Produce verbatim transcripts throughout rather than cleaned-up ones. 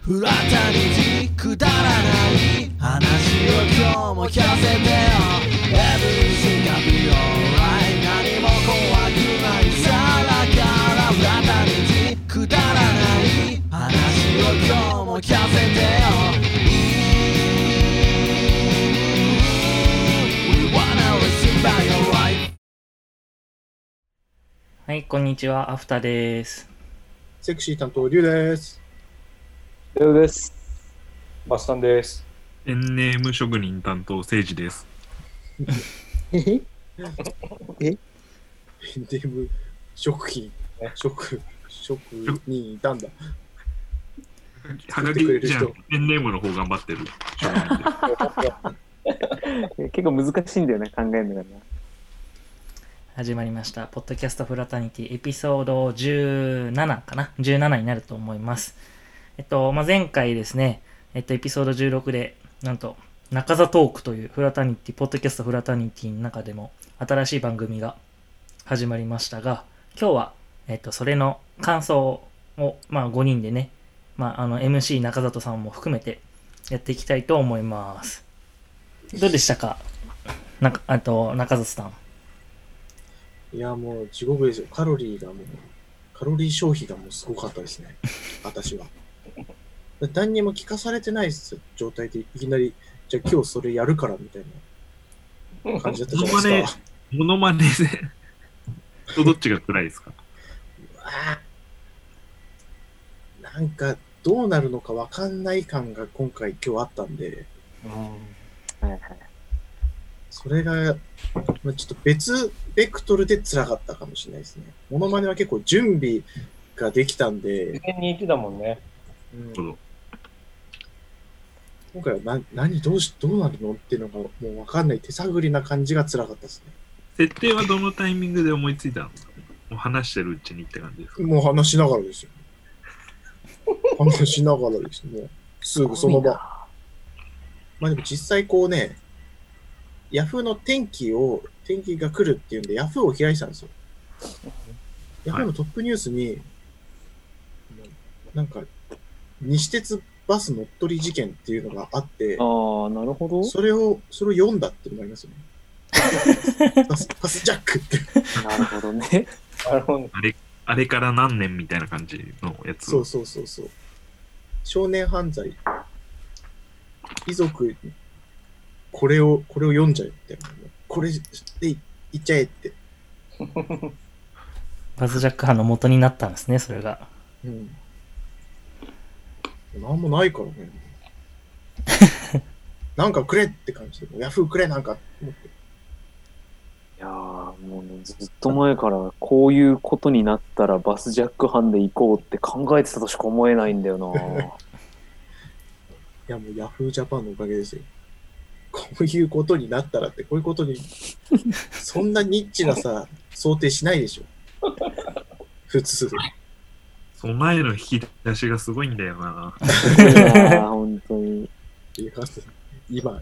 フラタニティくだらない話を今日も聞かせてよ Everything can be alright 何も怖くないさだからフラタニティくだらない話を今日も聞かせてよ We wanna listen by your life はい、こんにちは、アフタです。 セクシー担当、リュウです。 レオです。 バスタンです。 ペンネーム職人担当、セイジです。 ええペンネーム食品、食、食にいたんだ。 はがきじゃん、ペンネームの方頑張ってる。 結構難しいんだよね、考えるのがな。 始まりました。ポッドキャストフラタニティエピソードじゅうななかな ?じゅうなな になると思います。えっと、まあ、前回ですね、えっと、エピソードじゅうろくで、なんと、中座トークというフラタニティ、ポッドキャストフラタニティの中でも新しい番組が始まりましたが、今日は、えっと、それの感想を、まあ、ごにんでね、まあ、あの、エムシー 中里さんも含めてやっていきたいと思います。どうでしたか？なんか、あと、中里さん。 いや、もう地獄ですよ。カロリーがもう、カロリー消費がもうすごかったですね。私は。何にも聞かされてない状態でいきなり、じゃあ今日それやるからみたいな感じだったじゃないですか。 モノマネでとどっちが辛いですか？ なんかどうなるのか分かんない感が今回今日あったんで、 うんはいはい、 それが、まあ、ちょっと別ベクトルで辛かったかもしれないですね。モノマネは結構準備ができたんで。 事前に言ってたもんね。 うん、今回はな何どうしどうなるのっていうのがもう分かんない手探りな感じが辛かったですね。 設定はどのタイミングで思いついたの？もう話してるうちにって感じですか？ もう話しながらですよ。話しながらですね。もうすぐその場。まあでも実際こうね、ヤフーの天気を、天気が来るっていうんで、ヤフーを開いてたんですよ。ヤフーのトップニュースに、はい、なんか、西鉄バス乗っ取り事件っていうのがあって、 ああ、なるほど。 それを、それを読んだっていうのがありますよね。バス、バスジャックって。 なるほどね。 なるほど。 あれ、あれから何年みたいな感じのやつ。 そうそうそうそう。少年犯罪。遺族、これを、これを読んじゃえって。これで言っちゃえって。 バズジャック派の元になったんですね、それが。 うん。なんもないからね。なんかくれって感じで、ヤフーくれなんかって思って。 いやー、もうね、ずっと前からこういうことになったらバスジャック班で行こうって考えてたとしか思えないんだよな。いや、もうヤフージャパンのおかげですよ。こういうことになったらって、こういうことに、そんなニッチなさ、想定しないでしょ。普通。 その前の引き出しがすごいんだよな。 いや本当に。 今、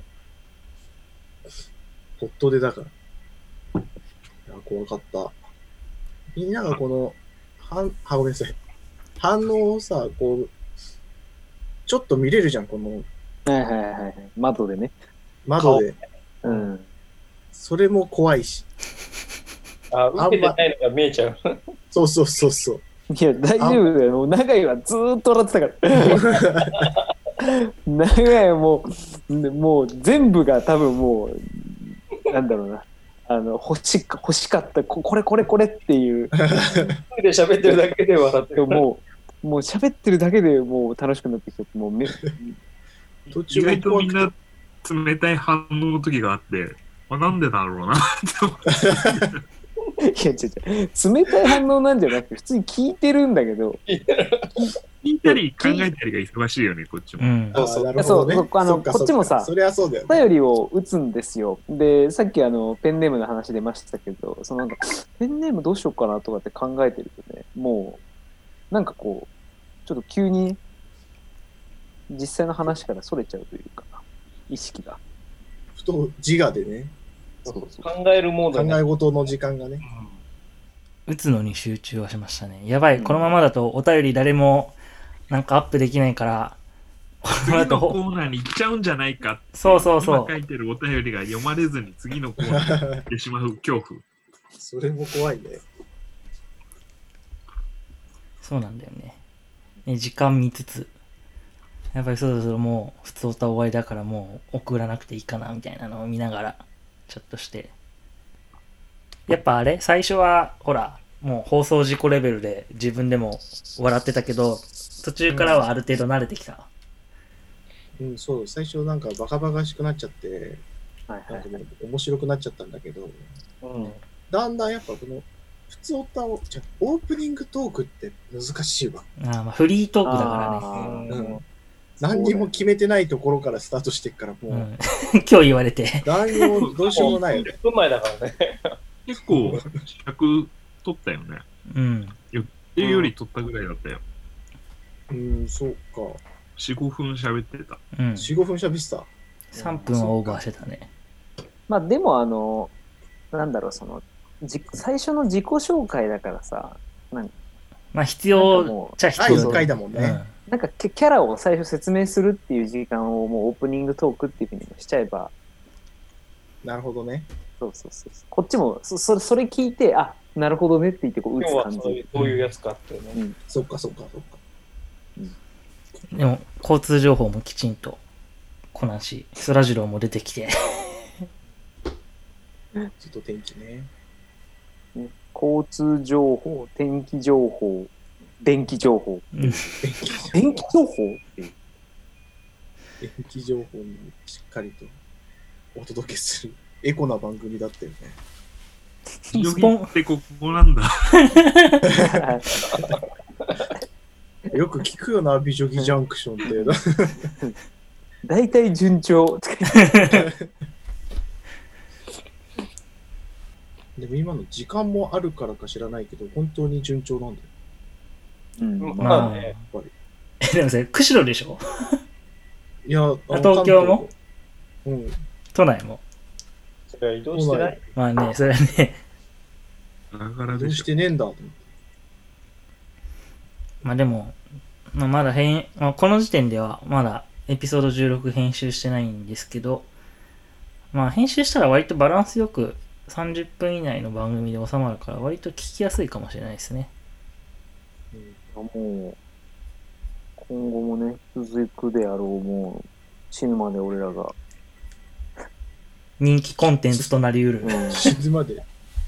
ホットでだから。いや、怖かった。みんながこの、はん、は、ごめんなさい。反応をさ、こう、ちょっと見れるじゃん、この。 はいはいはい。窓でね。 窓で。 うん。 それも怖いし。 あ、受けてないのが見えちゃう。 そうそうそうそう。 いや、大丈夫だよ。もう長井はずーっと笑ってたから。長井はもう、もう全部が多分もう、なんだろうな。あの、欲しか、欲しかった、ここれこれこれっていう。 で喋ってるだけで笑ってる。 もう、もう喋ってるだけでもう楽しくなってきて、もうめ途中意外とみんな冷たい反応の時があって、あ、なんでだろうなって思って。 いや、違う違う。冷たい反応なんじゃなくて、普通に聞いてるんだけど。 聞いたり考えたりが忙しいよね、こっちも。 うん、 そうそう、なるほどね。 そう、あの、こっちもさ、 それはそうだよね、お便りを打つんですよ。で、さっきあの、ペンネームの話出ましたけど、そのなんか、ペンネームどうしようかなとかって考えてるとね、もう、なんかこう、ちょっと急に、実際の話からそれちゃうというか、意識が。 ふと自我でね。 そうそう考えるモード、 ね、考え事の時間がね、 うん、打つのに集中はしましたね。やばい、このままだとお便り誰もなんかアップできないからこの次の後コーナーに行っちゃうんじゃないかって。 そうそうそう今書いてるお便りが読まれずに次のコーナーに行ってしまう恐怖。 それも怖いね。 そうなんだよね。ね時間見つつ、やっぱりそろそろもう普通歌終わりだからもう送らなくていいかなみたいなのを見ながらちょっとして。やっぱあれ最初はほらもう放送事故レベルで自分でも笑ってたけど途中からはある程度慣れてきた。 うん、そう、最初なんかバカバカしくなっちゃって、 はいはいなんかもう面白くなっちゃったんだけど、 うんだんだんやっぱこの普通歌を、じゃオープニングトークって難しいわ。 あまあフリートークだからね。 あーうん何にも決めてないところからスタートしてっから、もう、 うん、今日言われて。 何にもどうしようもないよね。 じゅっぷんまえだからね。 結構尺取ったよね。 うん。 っていうより取ったぐらいだったよ。 うん、そうか。 よん、ごふん喋ってた。 うん。 よん、ごふん喋ってた。 さんぷんはオーバーしてたね。 まあでもあのなんだろうそのじ最初の自己紹介だからさなんまあ必要じゃ必要第いっかいだもんね。 なんかキャラを最初説明するっていう時間をもうオープニングトークっていうふうにしちゃえば、 なるほどね。 そうそうそうそうこっちもそそれそれ聞いてあなるほどねって言ってこう打今日つ感じ。 はそういうどういうやつかってね。 うん、 そっかそっかそっか。 でも交通情報もきちんとこなし、そらジローも出てきて。 ちょっと天気ね。 ね交通情報、天気情報、電気情報。 うん電気情報っていう。 天気情報にしっかりとお届けするエコな番組だったよね。 スポンってここなんだ。 よく聞くよな、美女ギジャンクションって。 大体順調。 でも今の時間もあるからか知らないけど、本当に順調なんだよ。 うん、 まあね。 やっぱり。 え、でもそれ、釧路でしょ？ いや、あの東京も関東うん。 都内も。 それは移動してない。 まあね、それはね、 ガラガラどうしでしょ。 てねえんだと思って。 まあでも、まあ、まだ編、まあ、この時点ではまだエピソードじゅうろく編集してないんですけど、まあ編集したら割とバランスよくさんじゅっぷん以内の番組で収まるから割と聞きやすいかもしれないですね。 もう、今後もね、続くであろう、もう、死ぬまで俺らが。 人気コンテンツとなりうる。 うん、 死ぬまで。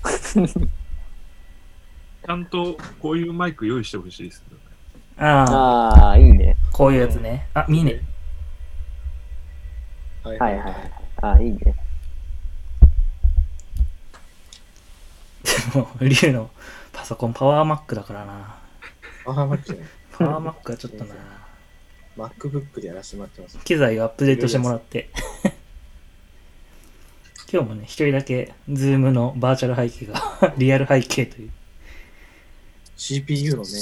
ちゃんとこういうマイク用意してほしいですよね。 ああ、 ああ、いいね。 こういうやつね。あ、見えねはいはいはいはい。ああ、いいね。 え。もう、リュウのパソコンパワーマックだからな。 あー、待ってね。 パワーマックはちょっとな。 MacBook でやらせてもらってます。 機材をアップデートしてもらって。今日もね、一人だけ、ズームのバーチャル背景が、リアル背景という。 シーピーユー のね、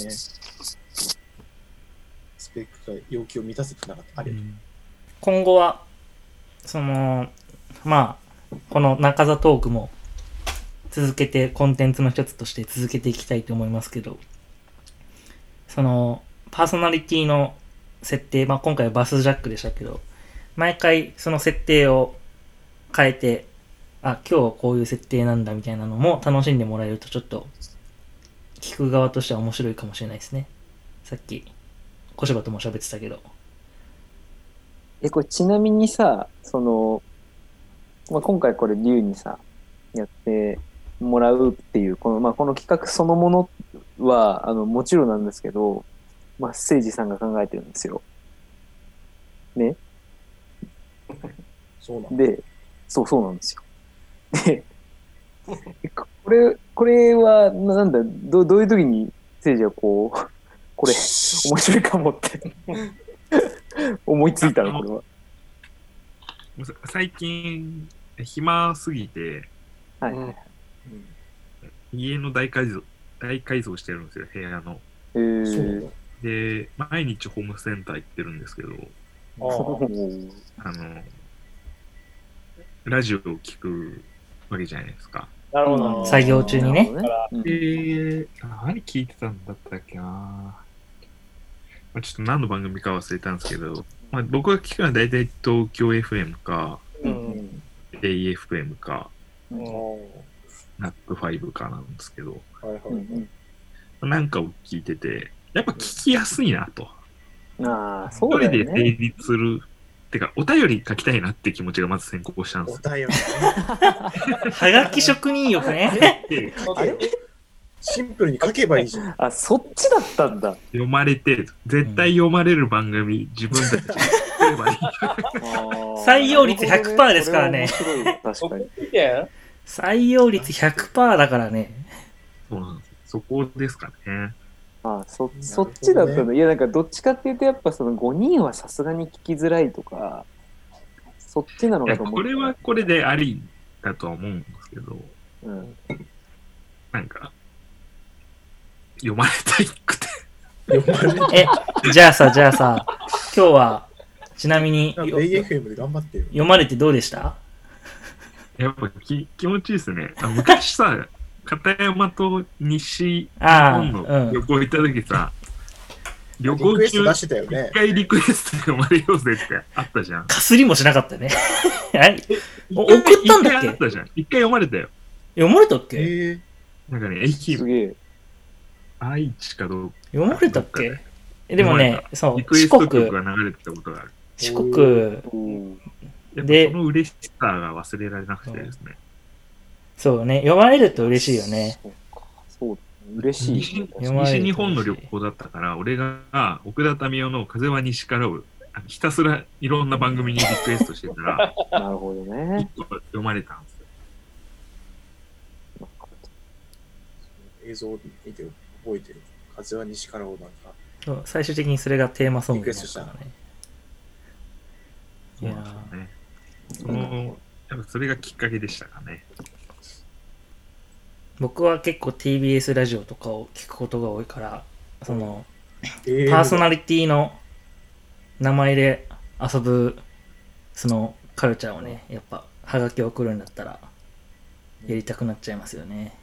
スペックが要求を満たせてなかった。あれ。 今後は、その、まあ、この中座トークも続けて、コンテンツの一つとして続けていきたいと思いますけど、その、パーソナリティの設定、まあ今回はバスジャックでしたけど、毎回その設定を変えて、あ、今日はこういう設定なんだみたいなのも楽しんでもらえるとちょっと、聞く側としては面白いかもしれないですね。さっき、小柴とも喋ってたけど。 え、これちなみにさ、その、まあ、今回これリュウにさ、やってもらうっていう、この、まあ、この企画そのものは、あの、もちろんなんですけど、まあ、誠司さんが考えてるんですよ。ね。 そうなんだ。 で、そうそうなんですよ。で、これ、これは、なんだ、どどういう時に誠司はこう、これ、面白いかもって思いついたの、これは。 最近、暇すぎて、 はい。 うん家の大改造、大改造してるんですよ、部屋の。 えーそうなんだ。 で、毎日ホームセンター行ってるんですけど、あの、ラジオを聞くわけじゃないですか。 なるほど。 作業中にね。 うんで、何聞いてたんだったっけな、まあちょっと何の番組か忘れたんですけど、 まあ、僕が聞くのは大体東京 エフエム か、 う。 うんん。 エーエフエム か、 うん。 ナックファイブ かなんですけど、 はいはい。 うんなんかを聞いてて、やっぱ聞きやすいなと。 うん。ああ、そ一うだよね。 人で成立する。てか、お便り書きたいなって気持ちがまず先行したんですお便りね。 はがき職人欲ね。 であれシンプルに書けばいいじゃん。 あ、そっちだったんだ。 読まれて、絶対読まれる番組、自分たちで作ればいい。 採用率 ひゃくパーセント ですからねそれは面白い確かに。 見て採用率 ひゃくパーセント だからね。 そうなんです。そこですかね。 あそなるほどねそっちだったの、いやなんかどっちかっていうとやっぱそのごにんはさすがに聞きづらいとかそっちなのいやかと思ったこれはこれでありだとは思うんですけど、 うん、 なんか、読まれたいくて。 読まれる。 え、じゃあさ、じゃあさ、今日は、ちなみに、 なんかよエーエフエム で頑張ってよ。 読まれてどうでした？ やっぱき気持ちいいですね。あ昔さ、片山と西日ああ本の旅行行った時さ、旅リ行中クエスト出してたよね一。回リクエスト読まれようぜってあったじゃん。 かすりもしなかったね。はいお一回送ったんだっけ一回あったじゃん。一回読まれたよ。 読まれたっけ？ ええ。 なんかね、愛媛、 すげえ愛知かどうか。 読まれたっけ？えでもね、そう、 リクエ四スト曲国、 が流れてたことがある。 四国、 うんやっぱでその嬉しさが忘れられなくてですね。 そうね、読まれると嬉しいよね。 そうかそう嬉しい西読まれると西日本の旅行だったから、俺が奥田民生の風は西からをあのひたすらいろんな番組にリクエストしてたら、 なるほどね一個読まれたんですよ。 映像を見て覚えてる。風は西からをなんか。 そう最終的にそれがテーマソングになるリクエストしたからね。いそうやなんですよね。そなるほの、やっぱそれがきっかけでしたかね。 僕は結構 ティービーエス ラジオとかを聞くことが多いから、その、 ええ。 パーソナリティの名前で遊ぶそのカルチャーをね、やっぱハガキを送るんだったらやりたくなっちゃいますよね。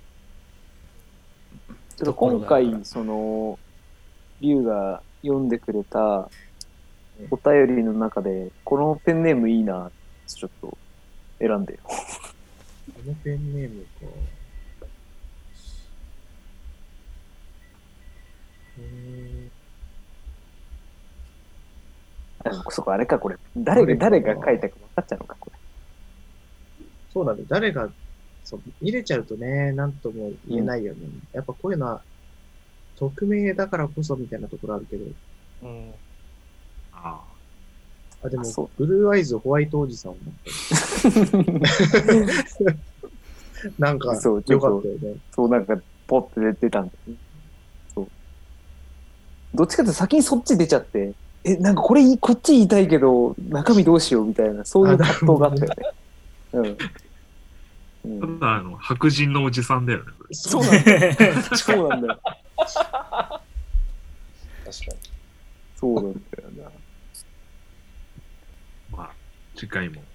ちょっと今回そのリュウが読んでくれたお便りの中でこのペンネームいいなちょっと選んでよ。 このペンネームか。うーん。 あそこあれかこれ誰が誰が書いたか分かっちゃうのかこれ。 そうなんだよ。誰が、そう、入れちゃうとね、なんとも言えないよね。やっぱこういうのは、匿名だからこそみたいなところあるけど。 うん。 ああ、でもあそう、 ブルーアイズホワイトおじさんもなんか、 そうちょっとよかったよね。 そうなんかポッて出てたんだよね。そうどっちかっていうと先にそっち出ちゃってえなんかこれいいこっち言いたいけど中身どうしようみたいなそういう葛藤があったよね。うんうあ。 ん、 ただ、あの、白人のおじさんだよね。これそうなんだよ。そうなんだよ。 確かに。 そうなんだよな。 まあ、次回も。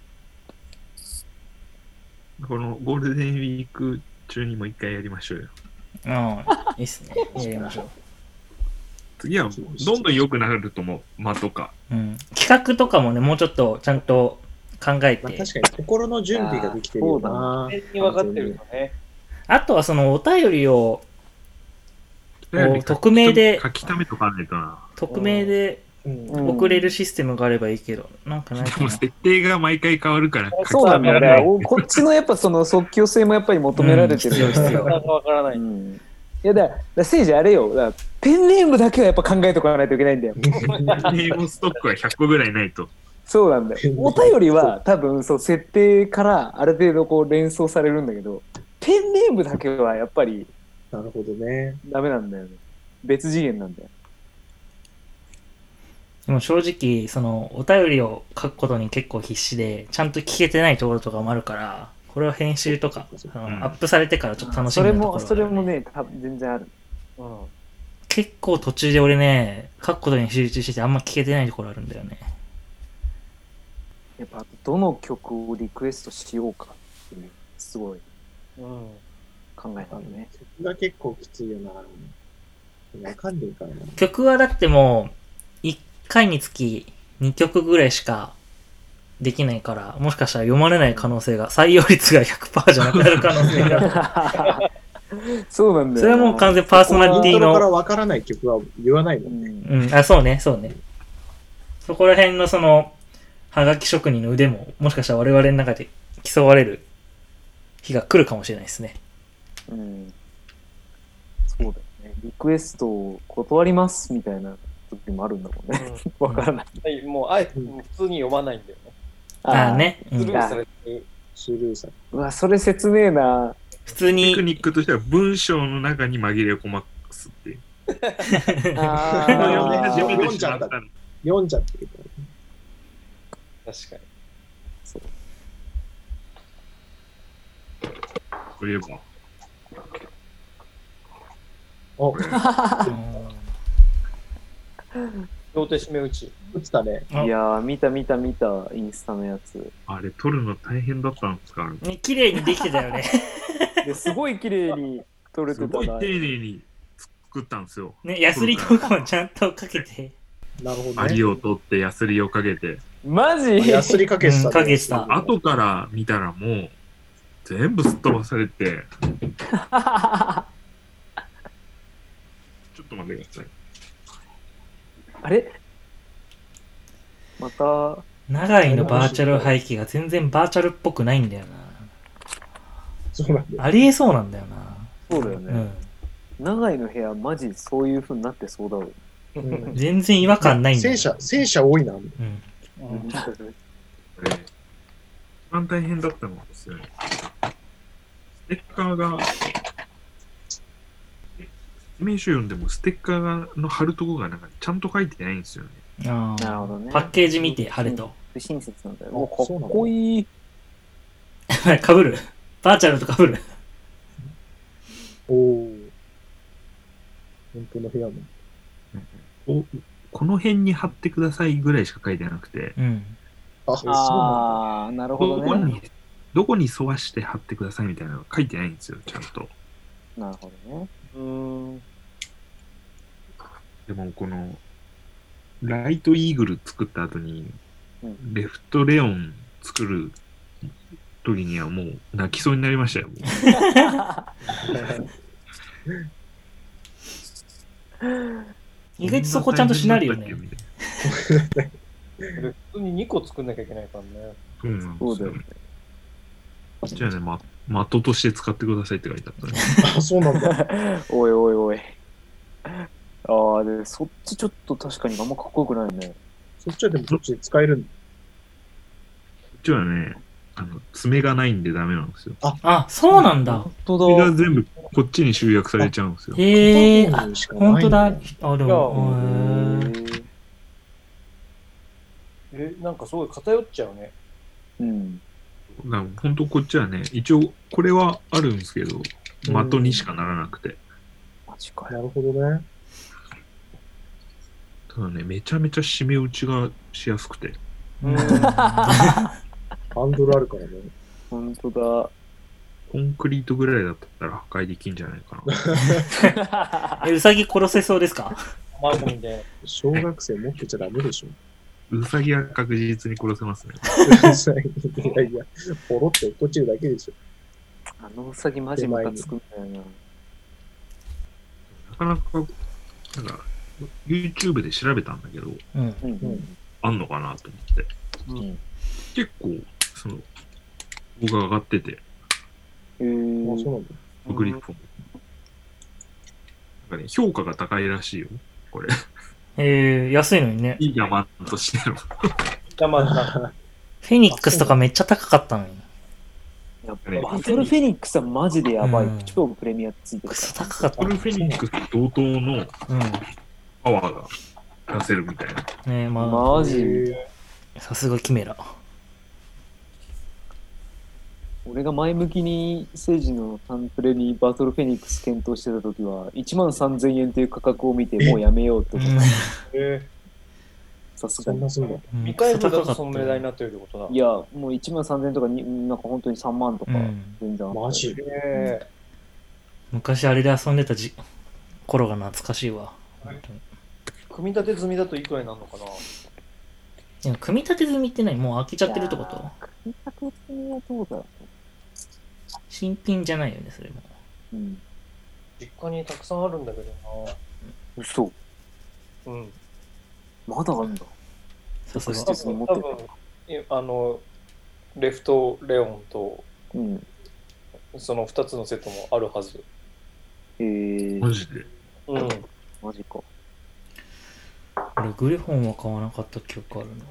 このゴールデンウィーク中にも一回やりましょうよ。 うん、いいっすね。やりましょ次はどんどん良くなると思う。間とか。 う。うん。企画とかもね、もうちょっとちゃんと考えて。 まあ確かに心の準備ができてるよな。 完全に分かってるとね。 あとはそのお便りをお匿名で書き溜めとかないとな。 匿名でうん。 送れるシステムがあればいいけど、なんかないかな。 でも設定が毎回変わるから。 そうなんだよね。 書き溜められないおこっちのやっぱその即興性もやっぱり求められてる。 うん必要必要なかなか分からない。 うんいやだから、せいじあれよ。だからペンネームだけはやっぱ考えとかないといけないんだよ。 ネームストックはひゃっこぐらいないと。 そうなんだよ。お便りは多分そう設定からある程度こう連想されるんだけど、ペンネームだけはやっぱりなるほどね。 ダメなんだよね。別次元なんだよ。 でも正直、そのお便りを書くことに結構必死で、ちゃんと聞けてないところとかもあるから、これは編集とか、あのうんアップされてからちょっと楽しそれも、 みなところがあるそれもね、多分全然ある。 うん。 結構途中で俺ね、書くことに集中しててあんま聞けてないところあるんだよね。 やっぱどの曲をリクエストしようかっていう、すごいうん。 考えたんだね。 曲が結構きついよな。わかんねえからな。 曲はだってもう、いっかいにつきにきょくぐらいしかできないから、もしかしたら読まれない可能性が、採用率が ひゃくパーセント じゃなくなる可能性が。 そうなんだよな。 それはもう完全パーソナリティイントロからの、 わからない曲は言わないもんね。 うんうん、あ、そうね、そうね。そこら辺のその、はがき職人の腕も、もしかしたら我々の中で競われる日が来るかもしれないですね。 うん。そうだよね。リクエストを断りますみたいな時もあるんだもんね。わからない。 はいもうあえてもう普通に読まないんだよね。 ああね、うんスルーされてスルーされうわ、それ切ねえな。 普通テクに、 ニックとしては文章の中に紛れ込ますっていう。 あー読み始め読てしまったら読んじゃってるからね。 確かに。 そういえば、 お、 両手締め打ち。 打ってたね。 あいやー、見た見た見た、インスタのやつ。 あれ撮るの大変だったんですか？ ね、綺麗にできてたよね。 ですごい綺麗に撮れすてたな。 ごい丁寧に作ったんですよ。 ね、ヤスリとかもちゃんとかけて。 なるほどね。 アリを取ってヤスリをかけて、 マジヤスリかけてたね。 うんかけてた後から見たらもう全部すっ飛ばされて、ちょっと待ってください。 あれまた、 長井のバーチャル背景が全然バーチャルっぽくないんだよそうなんだよ。 な。ありえそうなんだよな。 そうだよね。 うん。 長井の部屋、マジそういう風になってそうだわ。 うん全然違和感ないんだよ。 戦車、戦車多いな。 うん。 うんこれ、一番大変だったのはですね、ステッカーが、説明書読んでもステッカーの貼るとこがなんかちゃんと書いてないんですよね。 あーなるほどね。 パッケージ見て貼れと。 不親切なんだよ。 あおかそうなんだっこいい。 かぶる。バーチャルとかぶる。 おお。本当の部屋も。 おこの辺に貼ってくださいぐらいしか書いてなくて、 うん。 あ、そうなんあー、なるほどこどね。 に、どこに沿わして貼ってくださいみたいなの書いてないんですよ、ちゃんと。 なるほどね。 うーん。 でもこの、ライトイーグル作った後に、 うんレフトレオン作る時にはもう泣きそうになりましたよ。もう意外とそこちゃんとしなるよね。 こんな大変だったっけみたいなで普通ににこ作んなきゃいけないからね。 そうなんですよそうだよね。 じゃあね、ま、的として使ってくださいって書いてあったね。 あ、そうなんだ。 おいおいおい。ああ、で、そっちちょっと確かにあんまかっこよくないね。 そっちはでもそっちで使えるんだ。 こっちはね、あの爪がないんでダメなんですよ。 あ、そうなんだ。 本当爪がだ。 全部こっちに集約されちゃうんですよ。 へえ、あ片方にしかないんほんとだ。あ、 ねでも、へーへーえ、なんかすごい偏っちゃうね。 うん。 だから本当こっちはね、一応これはあるんですけど、的にしかならなくて。 マジかよ。 なるほどね。 ただね、めちゃめちゃ締め打ちがしやすくて。 うん。 ハンドルあるからね。 本当だ。 コンクリートぐらいだったら破壊できんじゃないかな。 え、うさぎ殺せそうですか？ マークみたいな。 小学生持ってちゃダメでしょ。 ウサギは確実に殺せますね。 いやいや、ポロって落っこちるだけでしょ。 あのウサギマジムカつくんだよな。 なかなか、なんか、YouTube で調べたんだけど、 うん。 うんうん。 あんのかなと思って。 うん結構、その、動画上がってて、 へーあ、そうなんだ。 グリップも。なんかね、評価が高いらしいよ、これ。 えー、安いのにね。 いい山としての。 邪魔だ。 フェニックスとかめっちゃ高かったのに。 やっぱバトルフェニックスはマジでやばい。 うん超プレミアついてクるかソ高かったこれフェニックスと同等のうん。 パワーが出せるみたいな。 ねえ、 ら。 まマジへあ、さすがキメラ。 俺が前向きに政治のタンプレにバトルフェニックス検討してた時はいちまんさんぜんえんという価格を見てもうやめようってう思っん。 えた。さすがにそんな。すんだ。 ー、見返すだとその値段になってるってことだ。 いや、もういちまんさんぜんえんとかに、なんか本当にさんまんとかうん全然あった。 マジえ昔あれで遊んでたじ頃が懐かしいわ。本当にー、組み立て済みだといくらになるのかな。 でも組み立て済みって何？もう飽きちゃってるってこと？ 組み立て済みはどうだろう。 新品じゃないよね、それも。 うん。 実家にたくさんあるんだけどな。 嘘。 うん。 まだあるんだ。 さすが。 多分、多分あの、レフトレオンと、 うん、 そのふたつのセットもあるはず。 へえー。 マジで？ うん。 マジか。 俺、グリフォンは買わなかった記憶あるな。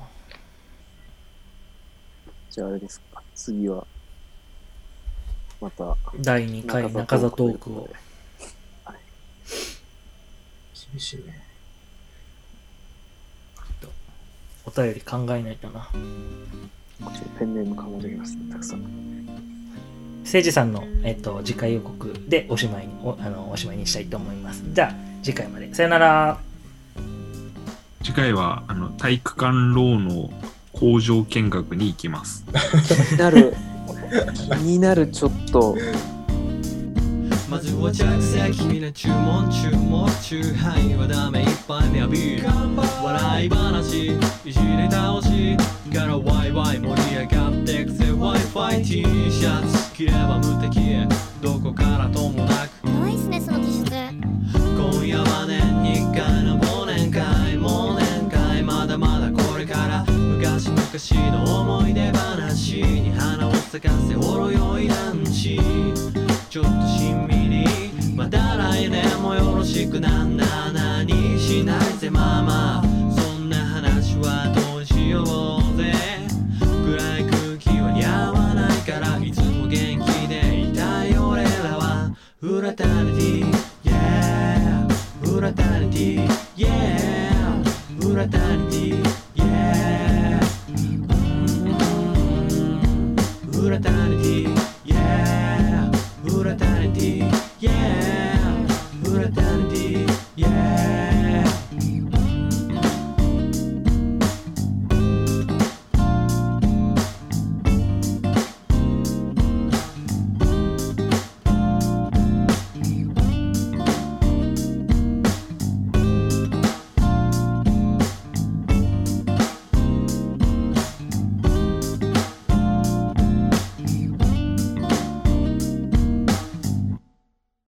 じゃああれですか。次は、また。 だいにかい中座トークを。 はい、厳しいね。 お便り考えないとな。 ペンネーム考えておきますね、たくさん。 せいじさんの、えっと、次回予告でおしまいに お, あのおしまいにしたいと思います。じゃあ次回までさよなら。 次回はあの体育館ローの工場見学に行きます。 気になる気になるちょっと。 まずは着席みんな注文注文チューハイはダメいっぱい目浴び笑い話いじり倒しからワイワイ盛り上がってくぜ Wi-Fi T シャツ着れば無敵どこからともなく可愛いっすねその T シャツ。 今夜は年にいっかいの忘年会忘年会まだまだこれから昔々の思い出話に花を咲かせほろ酔いランチちょっとしんみりまだ来年もよろしくなんだ何しないぜママそんな話はどうしようぜ暗い空気は似合わないからいつも元気でいたい俺らはフラタニティ Yeah フラタニティ Yeah フラタニティ